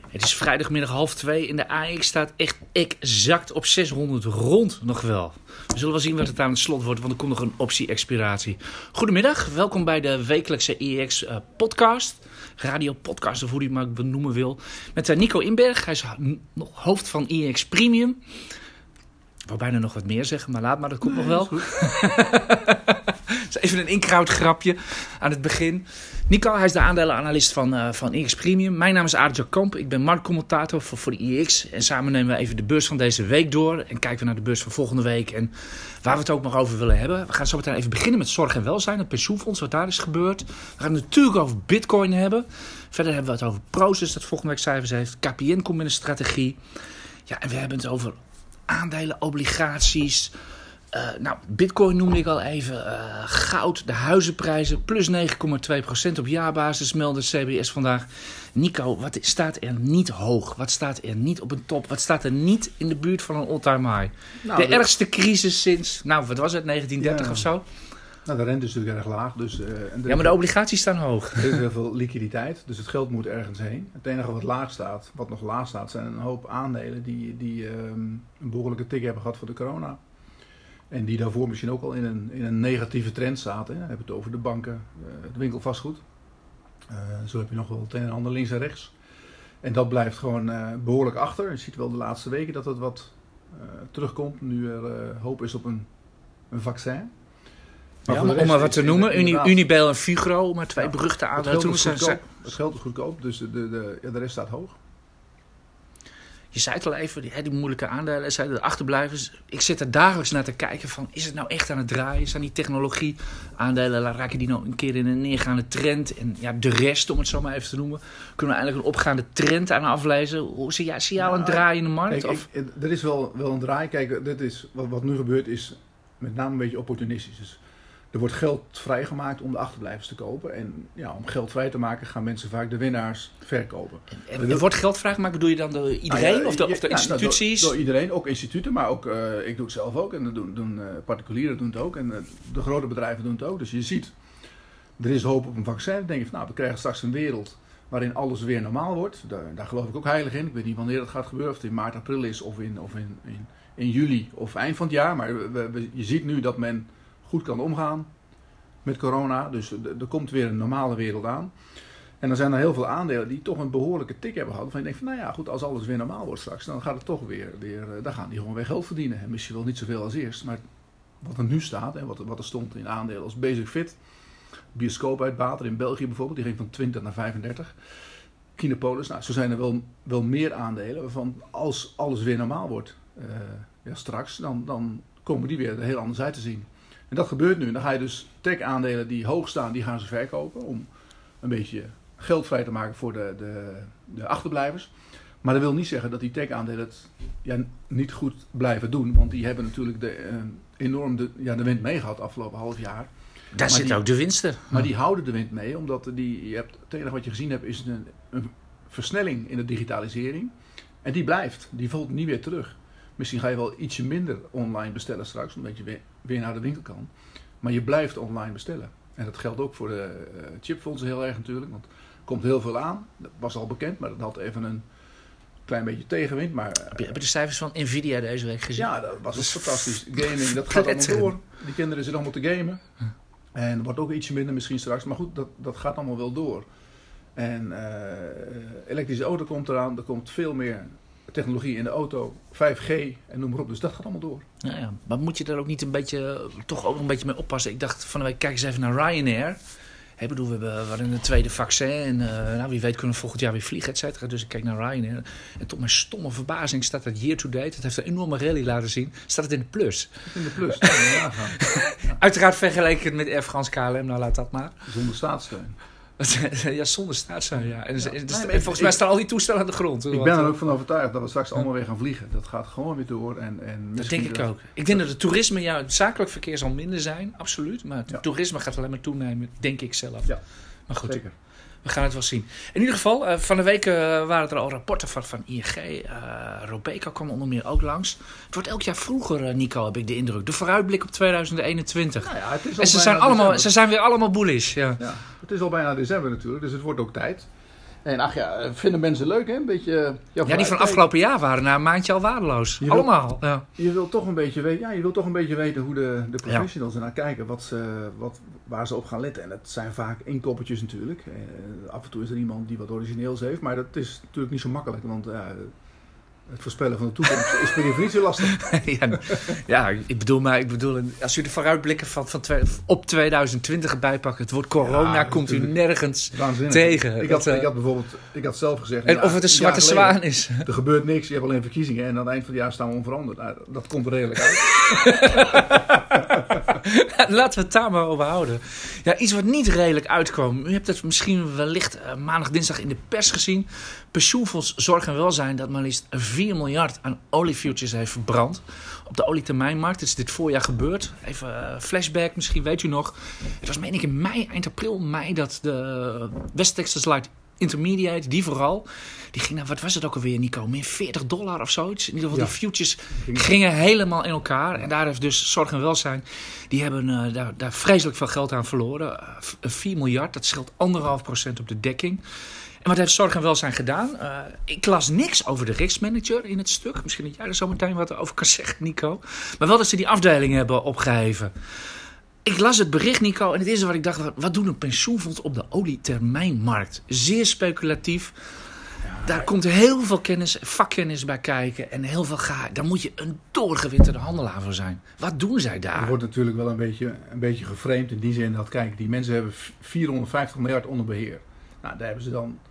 Het is vrijdagmiddag 1:30 en de AX staat echt exact op 600 rond nog wel. We zullen wel zien wat het aan het slot wordt, want er komt nog een optie-expiratie. Goedemiddag, welkom bij de wekelijkse IEX podcast. Radio podcast, of hoe die het maar benoemen wil. Met Nico Inberg, hij is nog hoofd van IEX Premium. Ik wou bijna nog wat meer zeggen, maar laat maar, dat komt nog wel. Dus even een inkrautgrapje aan het begin. Nico, hij is de aandelenanalist van IEX Premium. Mijn naam is Aart Kamp. Ik ben marktcommentator voor de IEX. En samen nemen we even de beurs van deze week door. En kijken we naar de beurs van volgende week. En waar we het ook nog over willen hebben. We gaan zo meteen even beginnen met zorg en welzijn. Het pensioenfonds, wat daar is gebeurd. We gaan het natuurlijk over Bitcoin hebben. Verder hebben we het over Prosus, dat volgende week cijfers heeft. KPN komt met een strategie. Ja, en we hebben het over aandelen, obligaties. Bitcoin noemde ik al even. Goud, de huizenprijzen, plus 9,2% op jaarbasis, meldde CBS vandaag. Nico, wat staat er niet hoog? Wat staat er niet op een top? Wat staat er niet in de buurt van een all-time high? De ergste crisis sinds, wat was het, 1930 of zo? Nou, de rente is natuurlijk erg laag. Dus, maar de obligaties staan hoog. Er is heel veel liquiditeit, dus het geld moet ergens heen. Het enige wat nog laag staat, zijn een hoop aandelen die een behoorlijke tik hebben gehad voor de corona. En die daarvoor misschien ook al in een negatieve trend zaten. Dan heb je het over de banken, het winkelvastgoed. Zo heb je nog wel het een en ander links en rechts. En dat blijft gewoon behoorlijk achter. Je ziet wel de laatste weken dat het wat terugkomt. Nu er hoop is op een vaccin. Maar om maar wat te noemen, Unibail en Fugro, maar twee beruchte aandelen. Het geld is goedkoop, dus de rest staat hoog. Je zei het al even, die moeilijke aandelen, zeiden de achterblijvers. Ik zit er dagelijks naar te kijken van, is het nou echt aan het draaien? Zijn die technologie aandelen, raken die nou een keer in een neergaande trend? En ja, de rest, om het zo maar even te noemen, kunnen we eigenlijk een opgaande trend aan aflezen? Hoe zie je al een draaiende markt? Kijk, er is wel een draai. Kijk, dit is, wat nu gebeurt is met name een beetje opportunistisch. Dus er wordt geld vrijgemaakt om de achterblijvers te kopen. En ja, om geld vrij te maken gaan mensen vaak de winnaars verkopen. En wordt geld vrijgemaakt, bedoel je dan door iedereen of de instituties? Door iedereen, ook instituten, maar ook, ik doe het zelf ook. En dat doen particulieren doen het ook. En de grote bedrijven doen het ook. Dus je ziet, er is hoop op een vaccin. Dan denk je van, we krijgen straks een wereld waarin alles weer normaal wordt. Daar geloof ik ook heilig in. Ik weet niet wanneer dat gaat gebeuren. Of het in maart, april is of in juli of eind van het jaar. Maar je ziet nu dat men goed kan omgaan met corona. Dus er komt weer een normale wereld aan. En dan zijn er heel veel aandelen die toch een behoorlijke tik hebben gehad. Van je denkt van, goed, als alles weer normaal wordt straks, dan gaat het toch weer dan gaan die gewoon weer geld verdienen. En misschien wel niet zoveel als eerst. Maar wat er nu staat, en wat er stond in aandelen als Basic Fit, bioscoop uit Bater in België bijvoorbeeld, die ging van 20 naar 35. Kinepolis, zo zijn er wel meer aandelen waarvan als alles weer normaal wordt straks, dan komen die weer er heel anders uit te zien. En dat gebeurt nu. En dan ga je dus tech-aandelen die hoog staan, die gaan ze verkopen om een beetje geld vrij te maken voor de achterblijvers. Maar dat wil niet zeggen dat die tech-aandelen het niet goed blijven doen. Want die hebben natuurlijk enorm de wind meegehad afgelopen half jaar. Daar zit ook de winsten. Maar die houden de wind mee, omdat het enige wat je gezien hebt is een versnelling in de digitalisering. En die blijft. Die valt niet weer terug. Misschien ga je wel ietsje minder online bestellen straks, omdat je weer naar de winkel kan. Maar je blijft online bestellen. En dat geldt ook voor de chipfondsen heel erg natuurlijk. Want er komt heel veel aan. Dat was al bekend, maar dat had even een klein beetje tegenwind. Maar, heb je de cijfers van Nvidia deze week gezien? Ja, dat was fantastisch. Gaming, dat gaat allemaal door. Die kinderen zitten allemaal te gamen. En er wordt ook ietsje minder misschien straks. Maar goed, dat gaat allemaal wel door. En elektrische auto komt eraan. Er komt veel meer technologie in de auto, 5G en noem maar op. Dus dat gaat allemaal door. Ja. Maar moet je daar ook niet toch ook een beetje mee oppassen? Ik dacht van de week, kijk eens even naar Ryanair. We hadden een tweede vaccin en wie weet kunnen we volgend jaar weer vliegen, et cetera. Dus ik kijk naar Ryanair. En tot mijn stomme verbazing staat dat year to date. Het heeft een enorme rally laten zien. Staat het in de plus. In de plus, ja. Uiteraard vergeleken met Air France KLM, laat dat maar. Zonder staatssteun. Ja, zonder staatssteun, ja. En volgens mij staan al die toestellen aan de grond. Ik ben er ook van overtuigd dat we straks allemaal weer gaan vliegen. Dat gaat gewoon weer door. En dat denk ik ook. Ik denk dat het toerisme, het zakelijk verkeer zal minder zijn, absoluut. Maar het toerisme gaat alleen maar toenemen, denk ik zelf. Ja, maar goed, zeker. We gaan het wel zien. In ieder geval, van de week waren er al rapporten van ING. Robeco kwam onder meer ook langs. Het wordt elk jaar vroeger, Nico, heb ik de indruk. De vooruitblik op 2021. Nou ja, het is en ze zijn weer allemaal bullish. Ja. Ja, het is al bijna december natuurlijk, dus het wordt ook tijd. En vinden mensen leuk, hè? Een beetje... Ja, die van afgelopen jaar waren na een maandje al waardeloos. Allemaal. Ja. Je wilt toch een beetje weten hoe de professionals ernaar kijken. Waar ze op gaan letten. En dat zijn vaak inkoppertjes natuurlijk. Af en toe is er iemand die wat origineels heeft. Maar dat is natuurlijk niet zo makkelijk. Want het voorspellen van de toekomst is voor niet zo lastig. Ik bedoel, als u de vooruitblikken op 2020 bijpakt, het woord corona komt u nergens tegen. Ik had zelf gezegd... En of het een zwarte zwaan is. Er gebeurt niks, je hebt alleen verkiezingen en aan het eind van het jaar staan we onveranderd. Nou, dat komt er redelijk uit. Laten we het daar maar over houden. Ja, iets wat niet redelijk uitkwam. U hebt het misschien wellicht maandag, dinsdag in de pers gezien. Pensioenfonds Zorg en Welzijn dat maar liefst 4 miljard aan oliefutures heeft verbrand. Op de olietermijnmarkt. Het is dit voorjaar gebeurd. Even flashback, misschien weet u nog. Het was meen ik in eind april, mei, dat de West Texas Light Intermediate, die vooral, die ging naar, wat was het ook alweer, Nico? Meer $40 of zoiets. In ieder geval, die futures gingen helemaal in elkaar. En daar heeft dus Zorg en Welzijn, die hebben daar vreselijk veel geld aan verloren. 4 miljard, dat scheelt 1,5% op de dekking. En wat heeft Zorg en Welzijn gedaan? Ik las niks over de risksmanager in het stuk. Misschien dat jij er zo meteen wat over kan zeggen, Nico. Maar wel dat ze die afdeling hebben opgeheven. Ik las het bericht, Nico, en het eerste wat ik dacht, wat doet een pensioenfonds op de olietermijnmarkt? Zeer speculatief. Ja, daar komt heel veel vakkennis bij kijken en heel veel geheim. Daar moet je een doorgewinterde handelaar voor zijn. Wat doen zij daar? Er wordt natuurlijk wel een beetje geframed in die zin dat, kijk, die mensen hebben 450 miljard onder beheer. Nou, daar hebben ze dan,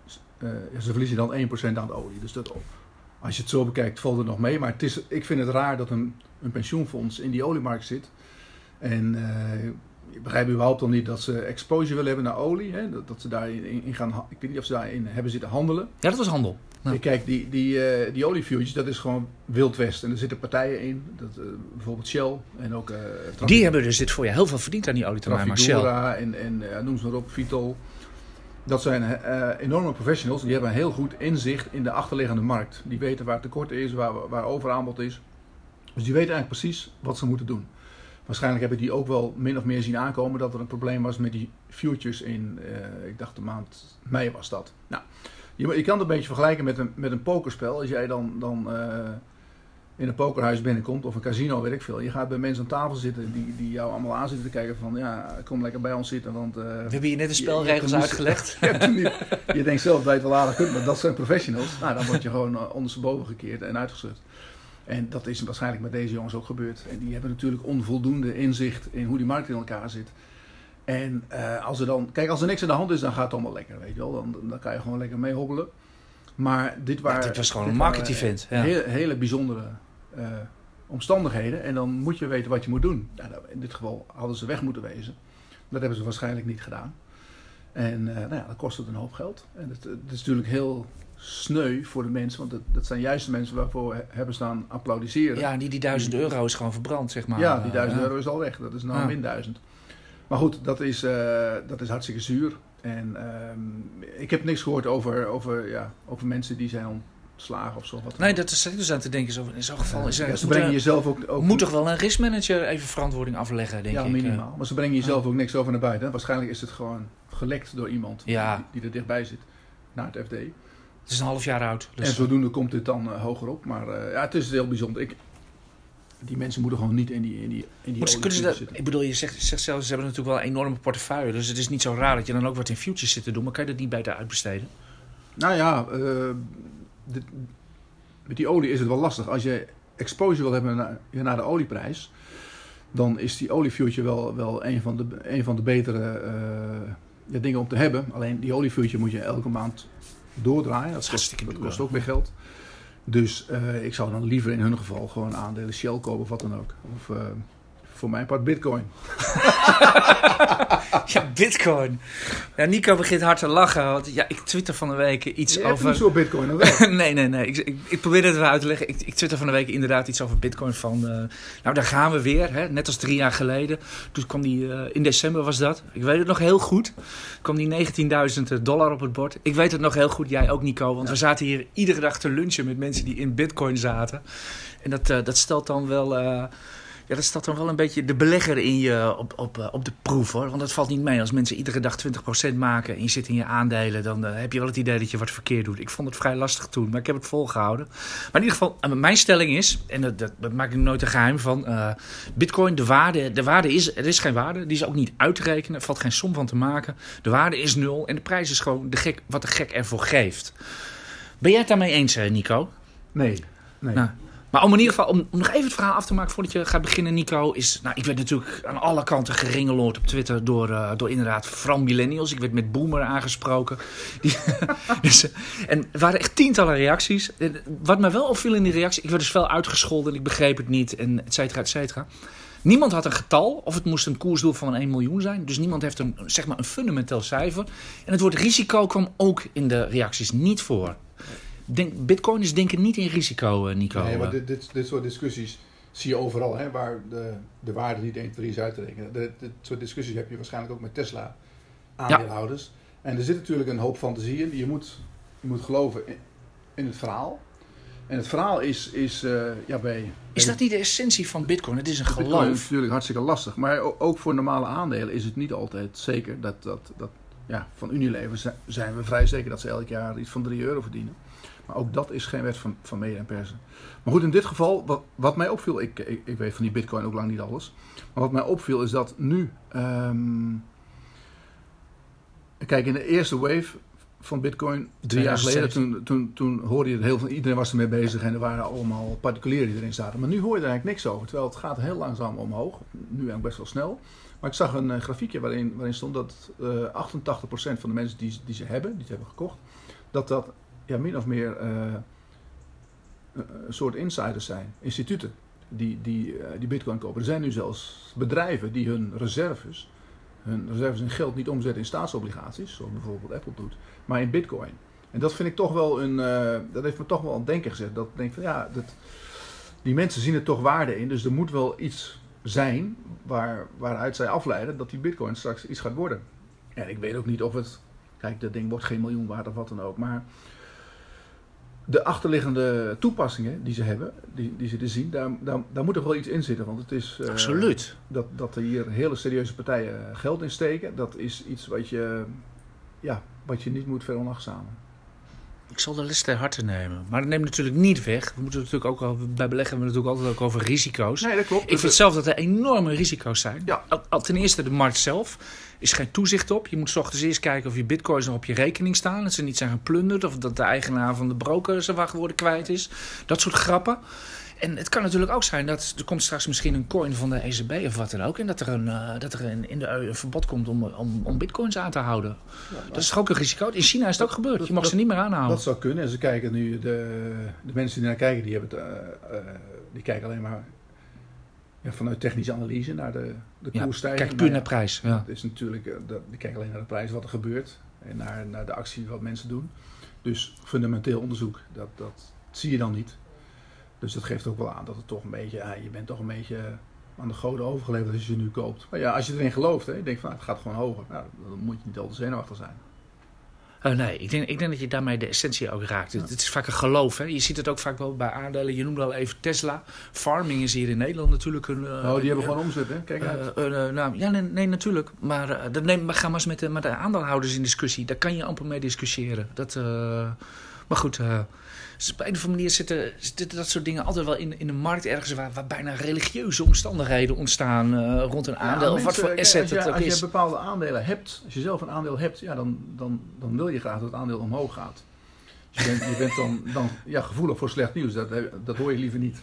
ze verliezen dan 1% aan de olie. Dus dat, als je het zo bekijkt, valt het nog mee. Maar ik vind het raar dat een pensioenfonds in die oliemarkt zit. En ik begrijp überhaupt al niet dat ze exposure willen hebben naar olie. Hè? Dat ze daarin gaan. Ik weet niet of ze daarin hebben zitten handelen. Ja, dat was handel. Ja. Kijk, die oliefutures, dat is gewoon Wild West. En er zitten partijen in, bijvoorbeeld Shell en ook... die hebben dus dit voorjaar heel veel verdiend aan die olietermijn, maar Shell. En noem ze maar op, Vitol. Dat zijn enorme professionals. Die hebben een heel goed inzicht in de achterliggende markt. Die weten waar tekort is, waar overaanbod is. Dus die weten eigenlijk precies wat ze moeten doen. Waarschijnlijk hebben die ook wel min of meer zien aankomen dat er een probleem was met die futures in, ik dacht de maand mei was dat. Nou, je kan het een beetje vergelijken met een pokerspel. Als jij dan in een pokerhuis binnenkomt of een casino, weet ik veel. Je gaat bij mensen aan tafel zitten die jou allemaal aan zitten te kijken van, ja, kom lekker bij ons zitten. Want, we hebben hier net de spelregels uitgelegd. Je denkt zelf dat je het wel aardig kunt, maar dat zijn professionals. Nou, dan word je gewoon ondersteboven gekeerd en uitgeschud. En dat is waarschijnlijk met deze jongens ook gebeurd. En die hebben natuurlijk onvoldoende inzicht in hoe die markt in elkaar zit. En als er niks aan de hand is, dan gaat het allemaal lekker, weet je wel. Dan kan je gewoon lekker mee hobbelen. Maar dit was gewoon een market-event. Ja. Hele bijzondere omstandigheden. En dan moet je weten wat je moet doen. Nou, in dit geval hadden ze weg moeten wezen. Dat hebben ze waarschijnlijk niet gedaan. En dat kost het een hoop geld. En het is natuurlijk heel sneu voor de mensen, want dat zijn juist de mensen waarvoor hebben staan applaudisseren. Ja, en die €1000 is gewoon verbrand, zeg maar. Ja, die €1000 is al weg. Dat is nou min 1000. Maar goed, dat is hartstikke zuur. En ik heb niks gehoord over mensen die zijn ontslagen of zo. Nee, dat is dus aan te denken. In zo'n geval ze brengen jezelf ook moet toch wel een risksmanager even verantwoording afleggen, denk ik. Ja, minimaal. Maar ze brengen jezelf ook niks over naar buiten. Hè? Waarschijnlijk is het gewoon gelekt door iemand die er dichtbij zit, naar het FD. Het is een half jaar oud. Dus. En zodoende komt dit dan hoger op. Maar het is heel bijzonder. Die mensen moeten gewoon niet in die zitten. Ik bedoel, je zegt zelf, ze hebben natuurlijk wel een enorme portefeuille. Dus het is niet zo raar dat je dan ook wat in futures zit te doen. Maar kan je dat niet beter uitbesteden? Nou ja, met die olie is het wel lastig. Als je exposure wil hebben naar de olieprijs, dan is die oliefuture wel een van de betere dingen om te hebben. Alleen die oliefuture moet je elke maand doordraaien. Dat kost ook weer geld. Dus ik zou dan liever in hun geval gewoon aandelen Shell kopen of wat dan ook. Of voor mijn part Bitcoin. Ja, Bitcoin. Ja, Nico begint hard te lachen. Want ik twitter van de week iets over... Je hebt niet zo Bitcoin, of wel? Nee. Ik probeer het even uit te leggen. Ik twitter van de week inderdaad iets over Bitcoin van... nou, daar gaan we weer. Hè? Net als 3 jaar geleden. Toen kwam die... in december was dat. Ik weet het nog heel goed. Kwam die $19.000 op het bord. Ik weet het nog heel goed. Jij ook, Nico. Want we zaten hier iedere dag te lunchen met mensen die in Bitcoin zaten. En dat stelt dan wel... Ja, dat staat dan wel een beetje de belegger in je op de proef, hoor. Want dat valt niet mee. Als mensen iedere dag 20% maken en je zit in je aandelen, dan heb je wel het idee dat je wat verkeerd doet. Ik vond het vrij lastig toen, maar ik heb het volgehouden. Maar in ieder geval, mijn stelling is, en dat maak ik nooit een geheim van, Bitcoin, de waarde is, er is geen waarde. Die is ook niet uit te rekenen. Er valt geen som van te maken. De waarde is 0 en de prijs is gewoon wat de gek ervoor geeft. Ben jij het daarmee eens, Nico? Nee. Nou, maar om in ieder geval, om nog even het verhaal af te maken voordat je gaat beginnen, Nico, ik werd natuurlijk aan alle kanten geringeloord op Twitter door inderdaad vooral millennials. Ik werd met Boomer aangesproken. En er waren echt tientallen reacties. Wat mij wel opviel in die reacties, ik werd dus veel uitgescholden en ik begreep het niet, en et cetera, et cetera. Niemand had een getal, of het moest een koersdoel van 1 miljoen zijn. Dus niemand heeft een fundamenteel cijfer. En het woord risico kwam ook in de reacties niet voor. Bitcoiners denken niet in risico, Nico. Nee, maar dit soort discussies zie je overal, hè, waar de waarde niet 1, 2, 3 is uit te rekenen. Dit soort discussies heb je waarschijnlijk ook met Tesla aandeelhouders. Ja. En er zit natuurlijk een hoop fantasie in. Je moet geloven in het verhaal. En het verhaal is Is dat niet de essentie van Bitcoin? Het is een geloof. Bitcoin is natuurlijk hartstikke lastig. Maar ook voor normale aandelen is het niet altijd zeker. Van Unilever zijn we vrij zeker dat ze elk jaar iets van €3 verdienen. Maar ook dat is geen wet van mede en persen. Maar goed, in dit geval, wat mij opviel, ik weet van die Bitcoin ook lang niet alles. Maar wat mij opviel is dat nu, kijk, in de eerste wave van Bitcoin 3 jaar geleden, toen hoorde je heel veel, iedereen was ermee bezig en er waren allemaal particulieren die erin zaten. Maar nu hoor je er eigenlijk niks over, terwijl het gaat heel langzaam omhoog. Nu eigenlijk best wel snel. Maar ik zag een grafiekje waarin stond dat 88% van de mensen die ze hebben gekocht, dat min of meer een soort insiders zijn. Instituten die Bitcoin kopen. Er zijn nu zelfs bedrijven die hun reserves in geld niet omzetten in staatsobligaties, zoals bijvoorbeeld Apple doet, maar in Bitcoin. En dat vind ik toch wel dat heeft me toch wel aan het denken gezet. Dat ik denk van die mensen zien er toch waarde in, dus er moet wel iets zijn waaruit zij afleiden dat die Bitcoin straks iets gaat worden. En ik weet ook niet of het, kijk, dat ding wordt geen miljoen waard of wat dan ook, maar de achterliggende toepassingen die ze hebben, die ze zien, daar moet er wel iets in zitten. Want het is absoluut dat er hier hele serieuze partijen geld in steken. Dat is iets wat je niet moet veronachtzamen. Ik zal de les ter harte nemen. Maar dat neemt natuurlijk niet weg. We moeten natuurlijk ook bij beleggen we natuurlijk altijd ook over risico's. Nee, dat klopt. Ik vind zelf dat er enorme risico's zijn. Ja. Ten eerste de markt zelf. Is geen toezicht op. Je moet 's ochtends eerst kijken of je bitcoins nog op je rekening staan. Dat ze niet zijn geplunderd. Of dat de eigenaar van de broker zijn wachtwoorden kwijt is. Dat soort grappen. En het kan natuurlijk ook zijn dat er komt straks misschien een coin van de ECB of wat dan ook. En dat er een verbod komt om bitcoins aan te houden. Ja, dat is toch ook een risico. In China is het ook gebeurd. Je mag ze niet meer aanhouden. Dat zou kunnen. En ze kijken nu, de mensen die naar kijken, die kijken alleen maar vanuit technische analyse naar de koersstijging. Kijk puur naar prijs. Ja. Dat is natuurlijk, die kijken alleen naar de prijs, wat er gebeurt. En naar de actie, wat mensen doen. Dus fundamenteel onderzoek, dat zie je dan niet. Dus dat geeft ook wel aan dat het toch een beetje, je bent toch een beetje aan de goden overgeleverd als je nu koopt. Maar ja, als je erin gelooft, je denkt van het gaat gewoon hoger. Nou, dan moet je niet al te zenuwachtig zijn. Nee, ik denk dat je daarmee de essentie ook raakt. Het is vaak een geloof. Hè? Je ziet het ook vaak wel bij aandelen. Je noemde al even Tesla. Farming is hier in Nederland natuurlijk een... die hebben gewoon omzet, hè? Kijk uit. Nee, natuurlijk. Maar ga maar eens met de aandeelhouders in discussie. Daar kan je amper mee discussiëren. Maar goed... Dus op een of andere manier zitten dat soort dingen altijd wel in de markt ergens waar bijna religieuze omstandigheden ontstaan rond een aandeel. Of wat voor asset het ook is. Als je bepaalde aandelen hebt, als je zelf een aandeel hebt, dan wil je graag dat het aandeel omhoog gaat. Dus je bent dan gevoelig voor slecht nieuws. Dat hoor je liever niet.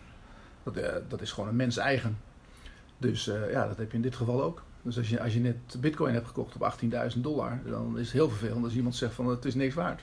Dat is gewoon een mens eigen. Dus dat heb je in dit geval ook. Dus als je net Bitcoin hebt gekocht op $18.000, dan is het heel vervelend als iemand zegt van het is niks waard.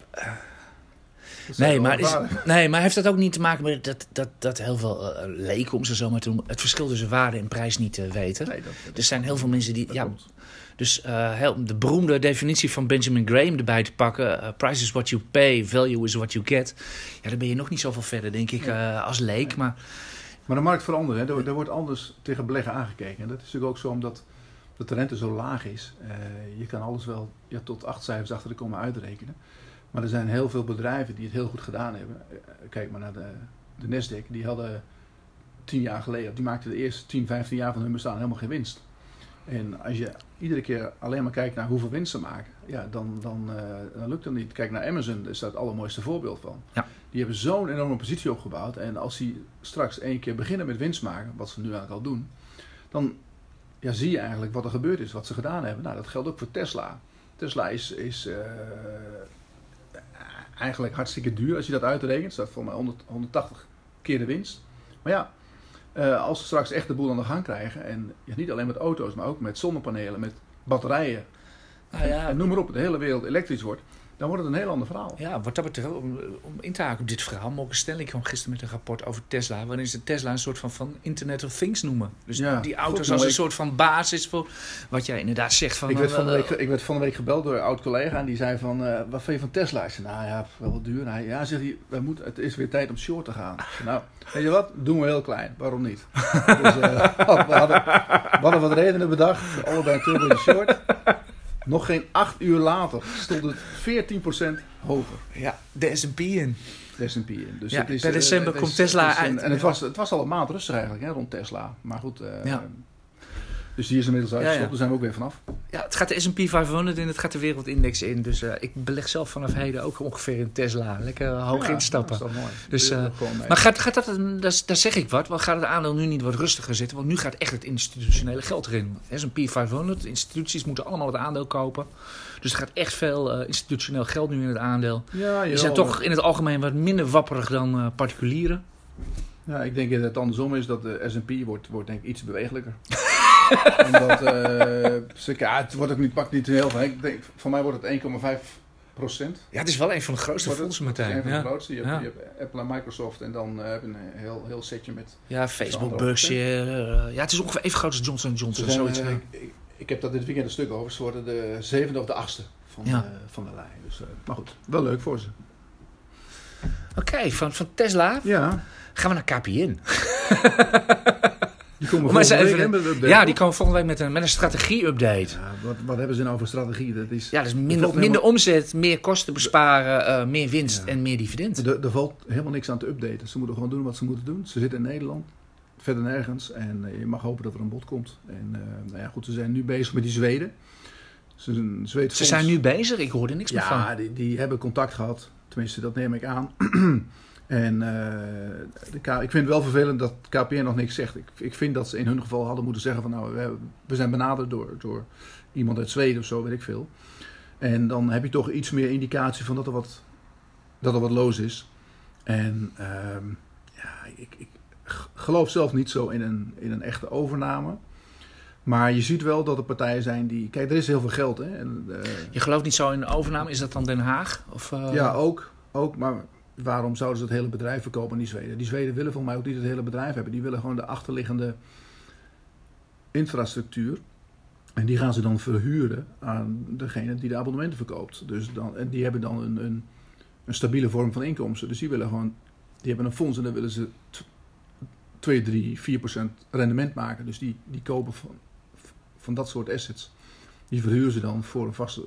Nee, maar heeft dat ook niet te maken met dat heel veel leken, om ze zo maar te noemen, het verschil tussen waarde en prijs niet te weten? Nee, er zijn heel veel mensen die... Dus de beroemde definitie van Benjamin Graham erbij te pakken. Price is what you pay, value is what you get. Ja, dan ben je nog niet zoveel verder, denk ik, als leek. Nee. Maar de markt verandert. Hè. Er wordt anders tegen beleggen aangekeken. En dat is natuurlijk ook zo omdat de rente zo laag is. Je kan alles wel tot 8 cijfers achter de komma uitrekenen. Maar er zijn heel veel bedrijven die het heel goed gedaan hebben. Kijk maar naar de Nasdaq. Die hadden 10 jaar geleden, die maakten de eerste 10, 15 jaar van hun bestaan helemaal geen winst. En als je iedere keer alleen maar kijkt naar hoeveel winst ze maken, ja, dan lukt het niet. Kijk naar Amazon, daar is dat het allermooiste voorbeeld van. Ja. Die hebben zo'n enorme positie opgebouwd. En als die straks 1 keer beginnen met winst maken, wat ze nu eigenlijk al doen, dan zie je eigenlijk wat er gebeurd is, wat ze gedaan hebben. Nou, dat geldt ook voor Tesla. Tesla is eigenlijk hartstikke duur als je dat uitrekent. Staat voor mij 180 keer de winst. Maar ja, als ze straks echt de boel aan de gang krijgen, en niet alleen met auto's, maar ook met zonnepanelen, met batterijen, en noem maar op, de hele wereld elektrisch wordt, dan wordt het een heel ander verhaal. Ja, wat dat betreft, om in te haken op dit verhaal, Morgan Stanley kwam gisteren met een rapport over Tesla, waarin ze Tesla een soort van Internet of Things noemen. Dus die auto's als een soort van basis voor wat jij inderdaad zegt. Van, ik werd van de week gebeld door een oud collega en die zei van, wat vind je van Tesla? Ik zei, nou ja, wel wat duur. Ja, zegt hij, het is weer tijd om short te gaan. Zei, nou, weet je wat? Doen we heel klein. Waarom niet? Dus, we hadden wat redenen bedacht. Allebei een turbo short. Nog geen 8 uur later stond het 14% hoger. Ja, de S&P in. De S&P in. Dus ja, per december komt Tesla uit. En het was al een maand rustig eigenlijk, rond Tesla. Maar goed, dus die is inmiddels uitgestopt. Daar zijn we ook weer vanaf. Ja, het gaat de S&P 500 in, het gaat de wereldindex in. Dus ik beleg zelf vanaf heden ook ongeveer in Tesla. Lekker hoog instappen. Dat is toch mooi. Dus, maar gaat dat, daar zeg ik wat, want gaat het aandeel nu niet wat rustiger zitten? Want nu gaat echt het institutionele geld erin. S&P 500, instituties moeten allemaal het aandeel kopen. Dus er gaat echt veel institutioneel geld nu in het aandeel. Ja, die zijn toch in het algemeen wat minder wapperig dan particulieren. Ja, ik denk dat het andersom is, dat de S&P wordt denk ik iets bewegelijker. Omdat het wordt ook niet, pakt niet heel veel. Ik denk, voor mij wordt het 1,5%. Ja, het is wel een van de grootste fondsen meteen. Het is een van de grootste. Je hebt Apple en Microsoft en dan heb je een heel setje met... Ja, Facebook, Berkshire. Het is ongeveer even groot als Johnson & Johnson. Zoiets. Ik heb dat dit weekend een stuk over. Ze worden de 7e of de 8e van de lijn. Dus, maar goed, wel leuk voor ze. Oké, van Tesla gaan we naar KPN. Die komen die komen volgende week met een strategie-update. Ja, wat hebben ze nou voor strategie? Dat is minder omzet, meer kosten besparen, meer winst en meer dividend. Er valt helemaal niks aan te updaten. Ze moeten gewoon doen wat ze moeten doen. Ze zitten in Nederland, verder nergens. En je mag hopen dat er een bod komt. En goed, ze zijn nu bezig met die Zweden. Ze zijn nu bezig? Ik hoorde niks meer van. Ja, die hebben contact gehad. Tenminste, dat neem ik aan. En ik vind het wel vervelend dat KPN nog niks zegt. Ik vind dat ze in hun geval hadden moeten zeggen van we zijn benaderd door iemand uit Zweden of zo, weet ik veel. En dan heb je toch iets meer indicatie van dat er wat los is. En ik geloof zelf niet zo in een echte overname. Maar je ziet wel dat er partijen zijn die... Kijk, er is heel veel geld. Hè? Je gelooft niet zo in een overname? Is dat dan Den Haag? Of, Ja, ook. Maar waarom zouden ze het hele bedrijf verkopen aan die Zweden? Die Zweden willen volgens mij ook niet het hele bedrijf hebben. Die willen gewoon de achterliggende infrastructuur. En die gaan ze dan verhuren aan degene die de abonnementen verkoopt. En die hebben dan een stabiele vorm van inkomsten. Dus die hebben een fonds en dan willen ze 2, 3, 4% rendement maken. Dus die kopen van dat soort assets. Die verhuren ze dan voor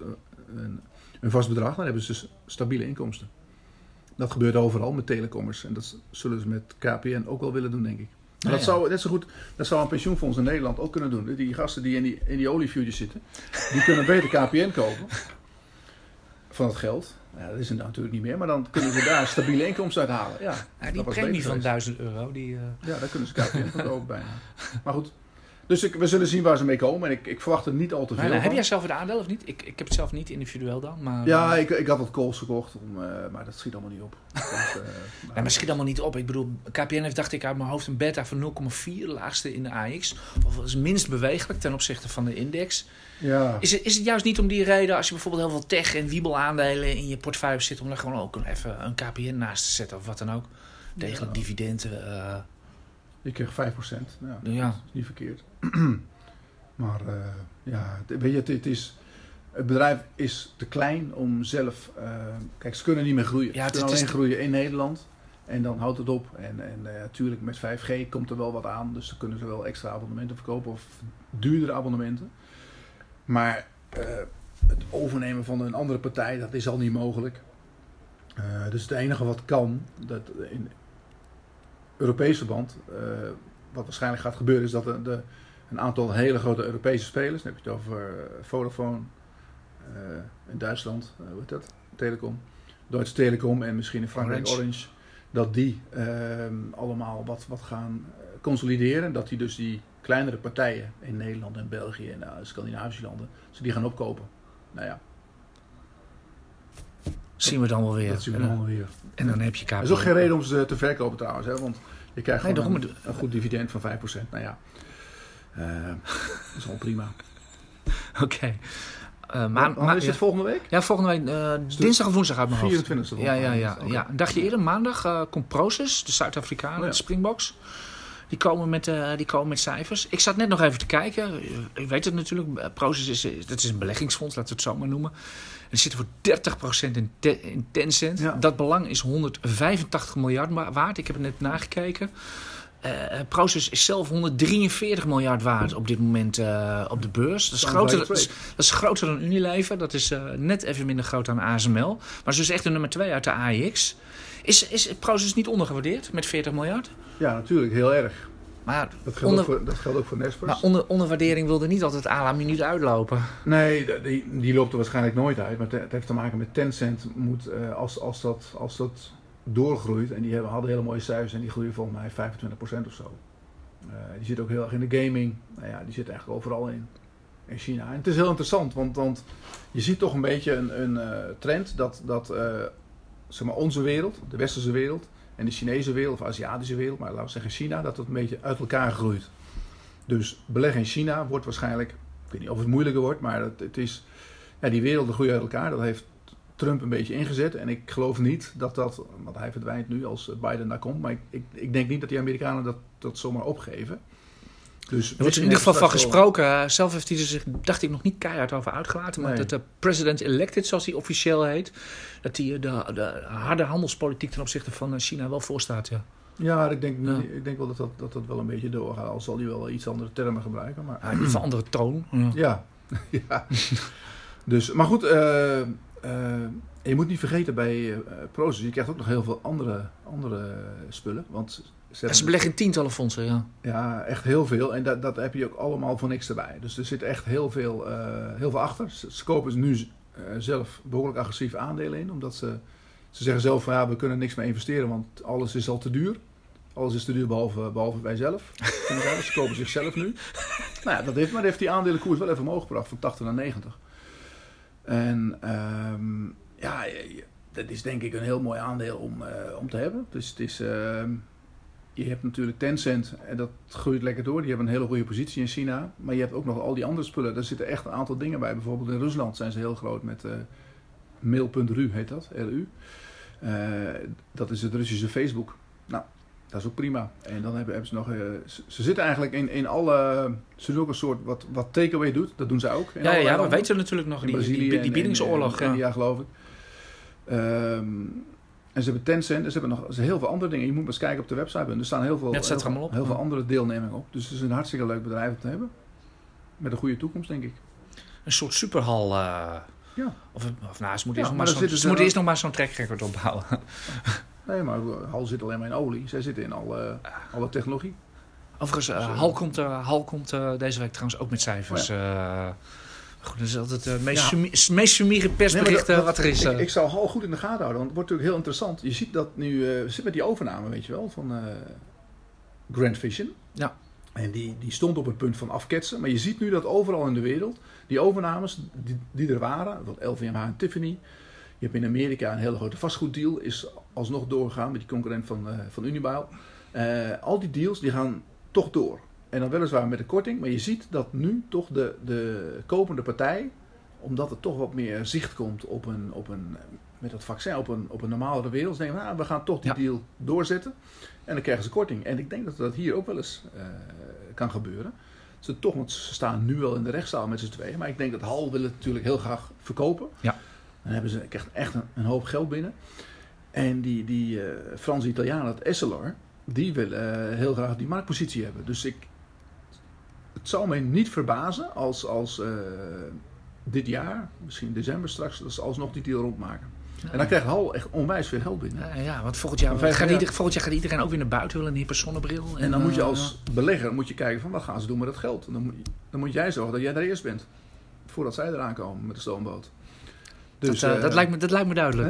een vast bedrag. Dan hebben ze dus stabiele inkomsten. Dat gebeurt overal met telecommers. En dat zullen ze met KPN ook wel willen doen, denk ik. Maar dat zou net zo goed, dat zou een pensioenfonds in Nederland ook kunnen doen. Die gasten die in die oliefutures zitten, die kunnen beter KPN kopen. Van het geld. Ja, dat is het natuurlijk niet meer. Maar dan kunnen ze daar stabiele inkomsten uit halen. Ja, die premie van €1000. Ja, daar kunnen ze KPN van kopen bijna. Maar goed. Dus we zullen zien waar ze mee komen. En ik verwacht er niet al te veel van. Heb jij zelf het aandeel of niet? Ik heb het zelf niet individueel dan. Maar, ja, ik had wat calls gekocht. Maar dat schiet allemaal niet op. Maar schiet allemaal niet op. Ik bedoel, KPN heeft, dacht ik uit mijn hoofd, een beta van 0,4. Laagste in de AX. Of is minst bewegelijk ten opzichte van de index. Ja. Is het juist niet om die reden, als je bijvoorbeeld heel veel tech- en wiebelaandelen in je portefeuille zit, om daar gewoon ook even een KPN naast te zetten of wat dan ook? Degelijk dividenden. Je kreeg 5%. Ja, ja. Dat is niet verkeerd. Maar weet je, het bedrijf is te klein om zelf... kijk, ze kunnen niet meer groeien. Ja, ze kunnen alleen groeien in Nederland. En dan houdt het op. En natuurlijk met 5G komt er wel wat aan. Dus dan kunnen ze wel extra abonnementen verkopen. Of duurdere abonnementen. Maar het overnemen van een andere partij, dat is al niet mogelijk. Dus het enige wat kan... Dat in, Europees verband, wat waarschijnlijk gaat gebeuren, is dat een aantal hele grote Europese spelers, dan heb je het over Vodafone in Duitsland, hoe heet dat? Telecom, Deutsche Telekom en misschien in Frankrijk Orange, dat die allemaal wat gaan consolideren. Dat die dus die kleinere partijen in Nederland en België en Scandinavische landen, ze die gaan opkopen. Nou ja. Zien we dan wel weer. Dat zien we dan wel weer. En dan heb je KPN. Er is ook geen reden om ze te verkopen trouwens, hè, want je krijgt gewoon een goed dividend van 5%. Nou ja, dat is wel prima. Oké. Maar is het volgende week? Ja, volgende week. Dinsdag of woensdag uit mijn hoofd. 24e. Ja. Een dagje eerder, maandag, komt Proces, de Zuid-Afrikanen, de Springboks. Die komen met cijfers. Ik zat net nog even te kijken. Ik weet het natuurlijk. Proces is een beleggingsfonds, laten we het zo maar noemen. En die zitten voor 30% in Tencent. Ja. Dat belang is 185 miljard waard. Ik heb het net nagekeken. Proces is zelf 143 miljard waard op dit moment op de beurs. Dat is groter dan Unilever. Dat is net even minder groot dan ASML. Maar ze is echt de nummer 2 uit de AEX. Is Proces niet ondergewaardeerd met 40 miljard? Ja, natuurlijk. Heel erg. Maar dat geldt ook voor Naspers. Maar onderwaardering wil er niet altijd à la minuut uitlopen. Nee, die loopt er waarschijnlijk nooit uit. Maar het heeft te maken met Tencent. Als dat doorgroeit, en die hadden hele mooie cijfers en die groeien volgens mij 25% of zo. Die zit ook heel erg in de gaming. Nou ja, die zit eigenlijk overal in China. En het is heel interessant, want je ziet toch een beetje een trend dat zeg maar onze wereld, de westerse wereld, en de Chinese wereld, of Aziatische wereld, maar laten we zeggen China, dat het een beetje uit elkaar groeit. Dus beleggen in China wordt waarschijnlijk, ik weet niet of het moeilijker wordt, maar het is, ja, die werelden groeien uit elkaar. Dat heeft Trump een beetje ingezet. En ik geloof niet dat, want hij verdwijnt nu als Biden daar komt, maar ik denk niet dat die Amerikanen dat zomaar opgeven. Dus er wordt in ieder geval van gesproken. Zelf heeft hij er zich, dacht ik, nog niet keihard over uitgelaten. Maar dat de president-elected, zoals hij officieel heet, dat hij de harde handelspolitiek ten opzichte van China wel voorstaat. Ja. Ja, ik denk wel dat wel een beetje doorgaat. Al zal hij wel iets andere termen gebruiken. Maar in ieder geval andere toon. Ja. Ja. Dus, maar goed, je moet niet vergeten bij Proces, je krijgt ook nog heel veel andere spullen. Want ze beleggen in tientallen fondsen, ja. Ja, echt heel veel. En dat heb je ook allemaal voor niks erbij. Dus er zit echt heel veel achter. Ze kopen nu zelf behoorlijk agressief aandelen in. Omdat ze zeggen zelf van ja, we kunnen niks meer investeren, want alles is al te duur. Alles is te duur behalve wij zelf. Ze kopen zichzelf nu. Nou ja, dat heeft die aandelenkoers wel even omhoog gebracht van 80 naar 90. En dat is denk ik een heel mooi aandeel om te hebben. Dus het is, je hebt natuurlijk Tencent en dat groeit lekker door. Die hebben een hele goede positie in China. Maar je hebt ook nog al die andere spullen. Daar zitten echt een aantal dingen bij. Bijvoorbeeld in Rusland zijn ze heel groot met Mail.ru heet dat, RU. Dat is het Russische Facebook. Nou, dat is ook prima. En dan hebben ze nog... ze zitten eigenlijk in alle... Ze doen ook een soort wat takeaway doet. Dat doen ze ook. Ja, we weten natuurlijk nog die biedingsoorlog. In India, geloof ik. En ze hebben Tencent. En ze hebben nog heel veel andere dingen. Je moet maar eens kijken op de website. Er staan heel veel andere deelnemingen op. Dus het is een hartstikke leuk bedrijf om te hebben. Met een goede toekomst, denk ik. Een soort superhal... Ja. Ze moeten eerst nog maar zo'n track record opbouwen. Nee, maar Hal zit alleen maar in olie. Zij zitten in alle technologie. Overigens, Hal komt deze week trouwens ook met cijfers. Oh ja. Goed, dat is altijd het meest summiere persbericht wat er is. Ik zou Hal goed in de gaten houden, want het wordt natuurlijk heel interessant. Je ziet dat nu, zit met die overname, weet je wel, van Grand Vision. Ja. En die stond op het punt van afketsen. Maar je ziet nu dat overal in de wereld, die overnames die er waren, LVMH en Tiffany. Je hebt in Amerika een hele grote vastgoeddeal, is alsnog doorgegaan met die concurrent van Unibail. Al die deals die gaan toch door. En dan weliswaar met een korting, maar je ziet dat nu toch de kopende partij, omdat er toch wat meer zicht komt met dat vaccin op een normalere wereld, denken we gaan toch die deal doorzetten. En dan krijgen ze korting. En ik denk dat dat hier ook wel eens kan gebeuren. Want ze staan nu wel in de rechtszaal met z'n tweeën, maar ik denk dat Hal wil het natuurlijk heel graag verkopen. Ja. Dan krijgt echt een hoop geld binnen. En die Franse Italiaan, dat Essilor, die wil heel graag die marktpositie hebben. Dus het zou mij niet verbazen als dit jaar, misschien in december straks, dat ze alsnog die deal rondmaken. Ja. En dan krijgt Hal echt onwijs veel geld binnen. Ja, want volgend jaar gaat iedereen ook weer naar buiten willen, een hippe zonnebril. En dan moet je als belegger kijken van wat gaan ze doen met dat geld. En dan moet jij zorgen dat jij daar eerst bent. Voordat zij eraan komen met de stoomboot. Dus, dat lijkt me duidelijk.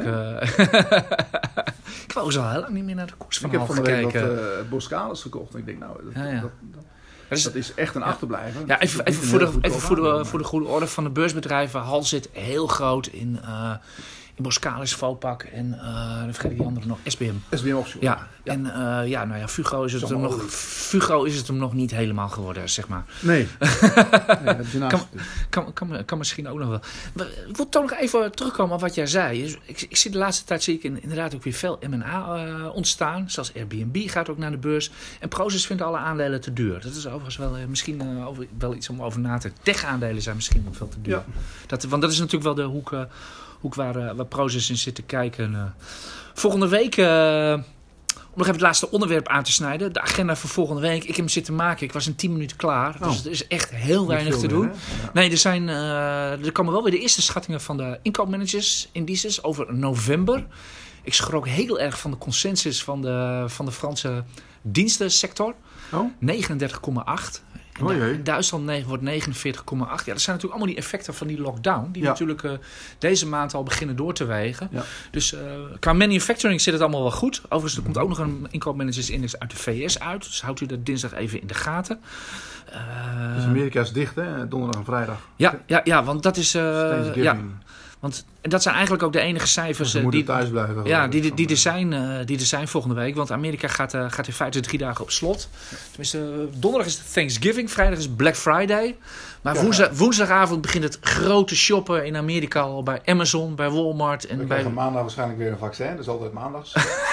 Ik wou zo heel lang niet meer naar de koers van Hal gekeken. Ik heb van de week wat Boskalis gekocht. En ik denk, dat is echt een achterblijver. Ja, even voor de goede orde van de beursbedrijven. Hal zit heel groot in Boskalis, Vopak en dan vergeet ik die andere nog, SBM. SBM Offshore. Ja. En Fugro is het hem nog niet helemaal geworden, zeg maar. Nee. Dat is kan misschien ook nog wel. Ik wil toch nog even terugkomen op wat jij zei. Ik zie de laatste tijd inderdaad ook weer veel M&A ontstaan. Zelfs Airbnb gaat ook naar de beurs. En Prosus vindt alle aandelen te duur. Dat is overigens wel misschien wel iets om over na te denken. Tech-aandelen zijn misschien nog veel te duur. Ja. Want dat is natuurlijk wel de hoek waar Prosus in zit te kijken. Volgende week, om nog even het laatste onderwerp aan te snijden. De agenda voor volgende week. Ik heb hem zitten maken. Ik was in 10 minuten klaar. Dus er is echt heel weinig te doen. Nee, er komen wel weer de eerste schattingen van de inkoopmanagers indices over november. Ik schrok heel erg van de consensus van de Franse dienstensector. 39,8. In Duitsland wordt 49,8. Ja, dat zijn natuurlijk allemaal die effecten van die lockdown. Die natuurlijk deze maand al beginnen door te wegen. Ja. Dus qua manufacturing zit het allemaal wel goed. Overigens, er komt ook nog een inkoopmanagersindex uit de VS uit. Dus houdt u dat dinsdag even in de gaten. Dus Amerika is dicht, hè? Donderdag en vrijdag. Ja, want dat is... Want dat zijn eigenlijk ook de enige cijfers die thuis blijven. Ja, die er zijn volgende week. Want Amerika gaat in feite 3 dagen op slot. Tenminste, donderdag is Thanksgiving, vrijdag is Black Friday. Maar woensdagavond begint het grote shoppen in Amerika al bij Amazon, bij Walmart. En we krijgen maandag waarschijnlijk weer een vaccin. Dat is altijd maandags.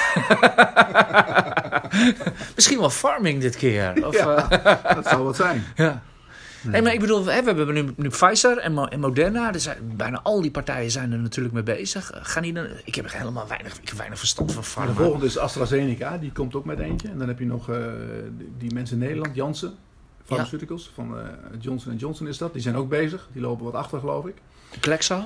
Misschien wel farming dit keer. Of, dat zal wat zijn. Ja. Nee, maar ik bedoel, we hebben nu Pfizer en Moderna. Bijna al die partijen zijn er natuurlijk mee bezig. Ik heb weinig verstand van pharma. De volgende is AstraZeneca, die komt ook met eentje. En dan heb je nog die mensen in Nederland, Janssen Pharmaceuticals, van Johnson & Johnson is dat. Die zijn ook bezig, die lopen wat achter, geloof ik. Glaxo?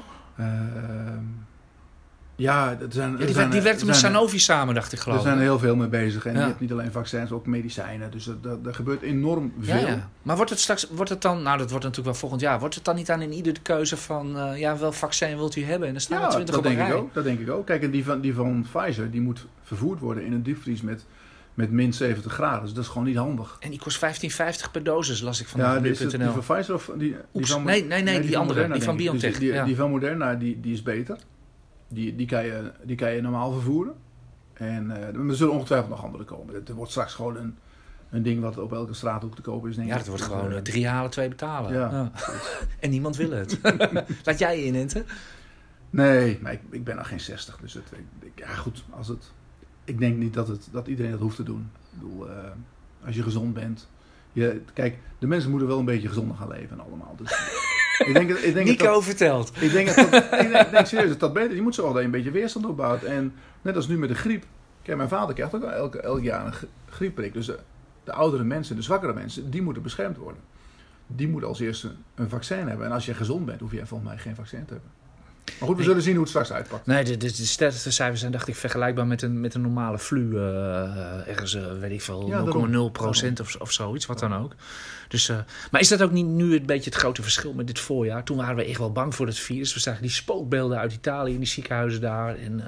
Die werkte met Sanofi samen, dacht ik, geloof ik. Er zijn heel veel mee bezig. En je hebt niet alleen vaccins, ook medicijnen. Dus er gebeurt enorm veel. Ja. Maar wordt het dan, nou dat wordt natuurlijk wel volgend jaar, wordt het dan niet aan in ieder de keuze van, welk vaccin wilt u hebben? En dan staan er 20 op een rij. Dat denk ik ook. Kijk, en die van Pfizer, die moet vervoerd worden in een diepvries met min 70 graden. Dus dat is gewoon niet handig. En die kost €15,50 per dosis, las ik van nu.nl. Die van Pfizer of die van... Nee, die andere, Moderna, die van BioNTech. Dus die van Moderna, die is beter. Die kan je normaal vervoeren. En er zullen ongetwijfeld nog andere komen. Het wordt straks gewoon een ding wat op elke straathoek te kopen is. Denk ik. Het wordt gewoon 3 halen, 2 betalen. Ja. En niemand wil het. Laat jij je inenten? Nee, maar ik ben nog geen 60. Dus goed. Ik denk niet dat iedereen dat hoeft te doen. Ik bedoel, als je gezond bent. Kijk, de mensen moeten wel een beetje gezonder gaan leven allemaal. Dus... Ik denk Nico vertelt. Ik denk serieus dat beter. Je moet zorgen dat je een beetje weerstand opbouwt. En net als nu met de griep. Kijk, mijn vader krijgt ook elk jaar een griepprik. Dus de oudere mensen, de zwakkere mensen, die moeten beschermd worden. Die moeten als eerste een vaccin hebben. En als je gezond bent, hoef je volgens mij geen vaccin te hebben. Maar goed, we zullen zien hoe het straks uitpakt. Nee, de sterkste cijfers zijn, dacht ik, vergelijkbaar met een normale flu. Ergens, weet ik veel, 0,0% of zoiets, wat dan ook. Dus, maar is dat ook niet nu een beetje het grote verschil met dit voorjaar? Toen waren we echt wel bang voor het virus. We zagen die spookbeelden uit Italië in die ziekenhuizen daar. En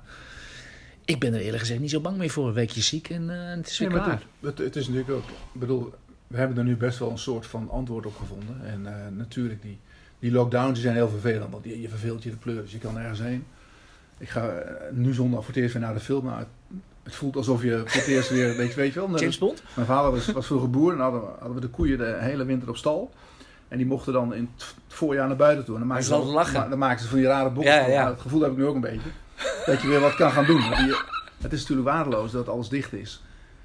ik ben er eerlijk gezegd niet zo bang mee voor. Een weekje ziek en het is weer klaar. Het is natuurlijk ook... Ik bedoel, we hebben er nu best wel een soort van antwoord op gevonden. En natuurlijk die lockdowns zijn heel vervelend, want je verveelt je de pleur, dus je kan nergens heen. Ik ga nu zondag voor het eerst weer naar de film. Nou, het voelt alsof je voor het eerst weer, weet je wel. James Bond? Mijn vader was vroeger boer en hadden we de koeien de hele winter op stal. En die mochten dan in het voorjaar naar buiten toe. En dan maken ze van die rare bochten. Ja. Nou, het gevoel heb ik nu ook een beetje. Dat je weer wat kan gaan doen. Het is natuurlijk waardeloos dat alles dicht is.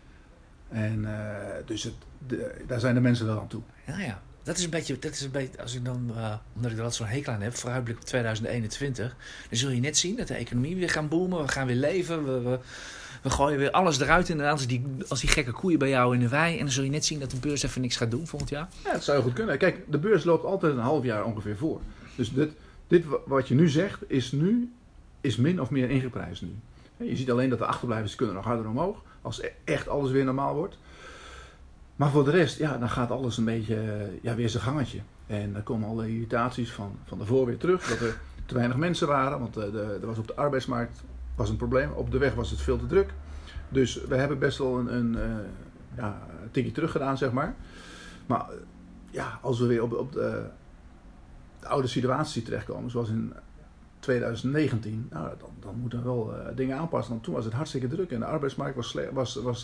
En dus daar zijn de mensen wel aan toe. Ja. Dat is een beetje, als ik dan, omdat ik er altijd zo'n hekel aan heb, vooruitblik op 2021, dan zul je net zien dat de economie weer gaat boomen, we gaan weer leven, we gooien weer alles eruit inderdaad, als die gekke koeien bij jou in de wei, en dan zul je net zien dat de beurs even niks gaat doen volgend jaar. Ja, dat zou goed kunnen. Kijk, de beurs loopt altijd een half jaar ongeveer voor. Dus dit wat je nu zegt, is nu is min of meer ingeprijsd nu. Je ziet alleen dat de achterblijvers kunnen nog harder omhoog. Als echt alles weer normaal wordt. Maar voor de rest, dan gaat alles een beetje weer zijn gangetje. En dan komen alle irritaties van daarvoor weer terug. Dat er te weinig mensen waren. Want er was op de arbeidsmarkt een probleem. Op de weg was het veel te druk. Dus we hebben best wel een tikje terug gedaan, zeg maar. Maar als we weer op de oude situatie terechtkomen, zoals in 2019, dan moeten we wel dingen aanpassen. Want toen was het hartstikke druk en de arbeidsmarkt was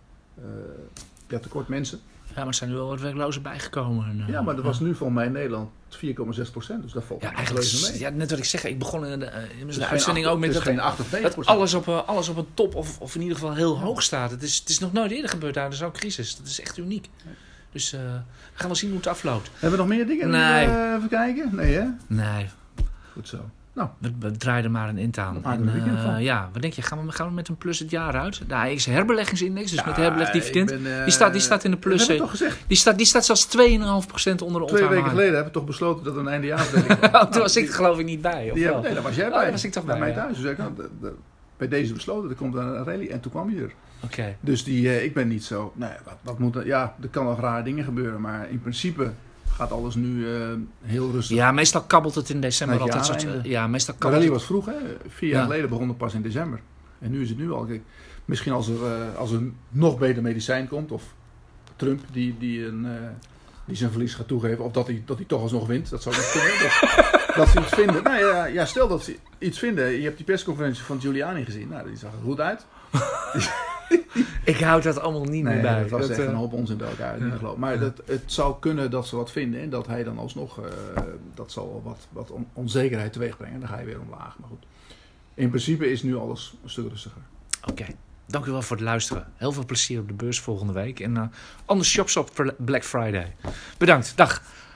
tekort mensen. Ja, maar er zijn nu wel wat werklozen bijgekomen. Ja, maar dat was nu volgens mij in Nederland 4,6%. Dus dat valt eigenlijk mee. Ja, net wat ik zeg. Ik begon in de uitzending ook met dat alles op een top of in ieder geval heel hoog staat. Het is nog nooit eerder gebeurd daar. Zo'n crisis. Dat is echt uniek. Dus we gaan wel zien hoe het afloopt. Hebben we nog meer dingen? Nee. Even kijken? Nee, hè? Nee. Goed zo. Nou, we draaien er maar een int aan. Wat denk je? Gaan we met een plus het jaar uit? De AX herbelegingsindex, dus met herbelegdividend. Die staat in de plus. Dat heb ik toch gezegd? Die staat zelfs 2,5% onder de 2 weken geleden hebben we toch besloten dat er een eindejaarbeleging kwam. Toen was ik er geloof ik niet bij. Nee, daar was jij bij. Daar was ik toch bij mij thuis. Dus bij deze besloten, er komt een rally en toen kwam je er. Okay. Dus ik ben niet zo. Nee, wat moet er? Ja, er kan nog rare dingen gebeuren, maar in principe gaat alles nu heel rustig. Ja, meestal kabbelt het in december altijd. Meestal de rally was vroeg, hè? 4 jaar geleden begon het pas in december. En nu is het nu al. Kijk, misschien als er nog beter medicijn komt, of Trump die zijn verlies gaat toegeven, of dat hij toch alsnog wint. Dat zou niet kunnen. Dat ze iets vinden. Nou stel dat ze iets vinden. Je hebt die persconferentie van Giuliani gezien. Nou, die zag er goed uit. Ik houd dat allemaal niet meer bij. Het was echt een hoop onzin bij elkaar. Maar het zou kunnen dat ze wat vinden. En dat hij dan alsnog... dat zal wat onzekerheid teweeg brengen. Dan ga je weer omlaag. Maar goed. In principe is nu alles een stuk rustiger. Oké. Dank u wel voor het luisteren. Heel veel plezier op de beurs volgende week. En anders shops op Black Friday. Bedankt. Dag.